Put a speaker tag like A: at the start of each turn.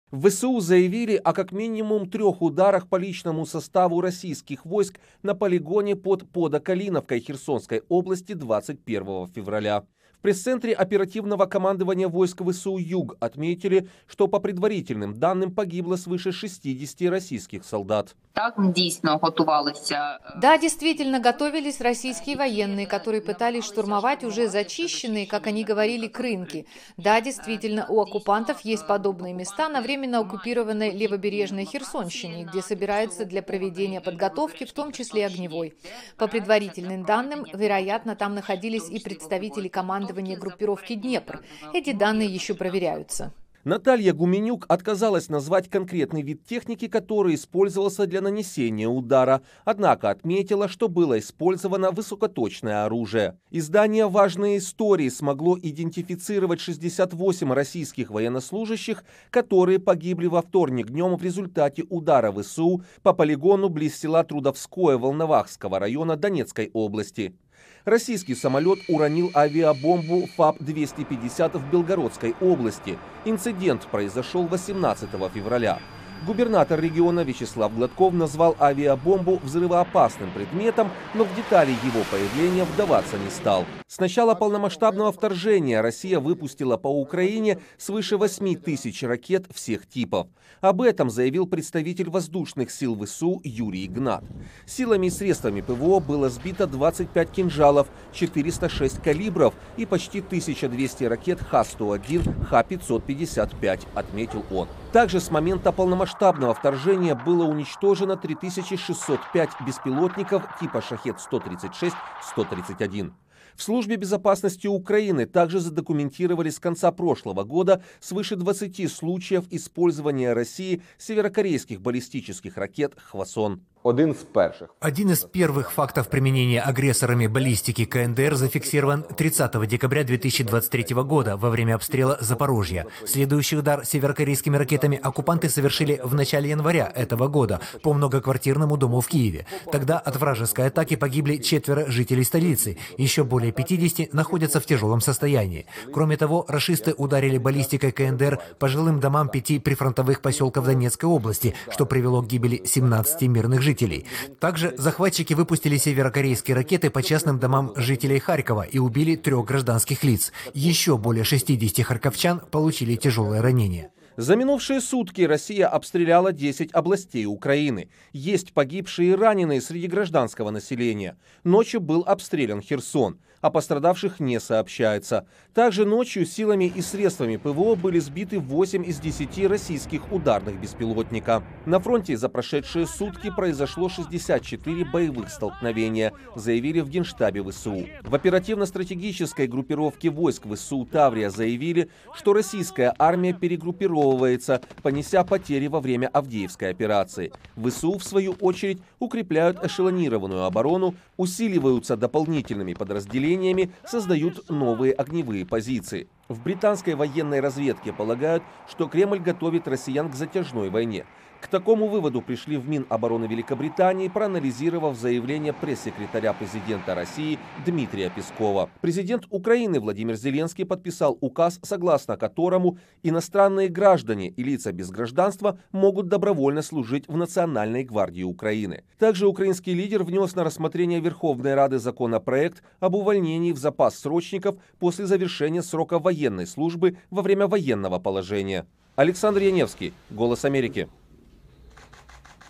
A: В ВСУ заявили о как минимум 3 ударах по личному составу российских войск на полигоне под Подокалиновкой Херсонской области 21 февраля. В пресс-центре оперативного командования войск ВСУ «Юг» отметили, что по предварительным данным погибло свыше 60 российских солдат.
B: Да, действительно, готовились российские военные, которые пытались штурмовать уже зачищенные, как они говорили, крынки. Да, действительно, у оккупантов есть подобные места на временно оккупированной левобережной Херсонщине, где собираются для проведения подготовки, в том числе огневой. По предварительным данным, вероятно, там находились и представители командования группировки «Днепр». Эти данные еще проверяются.
A: Наталья Гуменюк отказалась назвать конкретный вид техники, который использовался для нанесения удара, однако отметила, что было использовано высокоточное оружие. Издание «Важные истории» смогло идентифицировать 68 российских военнослужащих, которые погибли во вторник днем в результате удара ВСУ по полигону близ села Трудовское Волновахского района Донецкой области. Российский самолет уронил авиабомбу ФАБ-250 в Белгородской области. Инцидент произошел 18 февраля. Губернатор региона Вячеслав Гладков назвал авиабомбу взрывоопасным предметом, но в детали его появления вдаваться не стал. С начала полномасштабного вторжения Россия выпустила по Украине свыше 8 тысяч ракет всех типов. Об этом заявил представитель воздушных сил ВСУ Юрий Игнат. Силами и средствами ПВО было сбито 25 кинжалов, 406 калибров и почти 1200 ракет Х-101, Х-555, отметил он. Также с момента полномасштабного вторжения было уничтожено 3605 беспилотников типа «Шахед-136», «131». В Службе безопасности Украины также задокументировали с конца прошлого года свыше 20 случаев использования России северокорейских баллистических ракет «Хвасон».
C: Один из первых фактов применения агрессорами баллистики КНДР зафиксирован 30 декабря 2023 года во время обстрела Запорожья. Следующий удар северокорейскими ракетами оккупанты совершили в начале января этого года по многоквартирному дому в Киеве. Тогда от вражеской атаки погибли 4 жителей столицы, еще более 50 находятся в тяжелом состоянии. Кроме того, рашисты ударили баллистикой КНДР по жилым домам 5 прифронтовых поселков Донецкой области, что привело к гибели 17 мирных жителей. Также захватчики выпустили северокорейские ракеты по частным домам жителей Харькова и убили 3 гражданских лиц. Еще более 60 харьковчан получили тяжелые ранения.
A: За минувшие сутки Россия обстреляла 10 областей Украины. Есть погибшие и раненые среди гражданского населения. Ночью был обстрелян Херсон. О пострадавших не сообщается. Также ночью силами и средствами ПВО были сбиты 8 из 10 российских ударных беспилотника. На фронте за прошедшие сутки произошло 64 боевых столкновения, заявили в Генштабе ВСУ. В оперативно-стратегической группировке войск ВСУ «Таврия» заявили, что российская армия перегруппировывается, понеся потери во время Авдеевской операции. ВСУ, в свою очередь, укрепляют эшелонированную оборону, усиливаются дополнительными подразделениями, создают новые огневые позиции. В британской военной разведке полагают, что Кремль готовит россиян к затяжной войне. К такому выводу пришли в Минобороны Великобритании, проанализировав заявление пресс-секретаря президента России Дмитрия Пескова. Президент Украины Владимир Зеленский подписал указ, согласно которому иностранные граждане и лица без гражданства могут добровольно служить в Национальной гвардии Украины. Также украинский лидер внес на рассмотрение Верховной Рады законопроект об увольнении в запас срочников после завершения срока военной службы во время военного положения. Александр Яневский, «Голос Америки».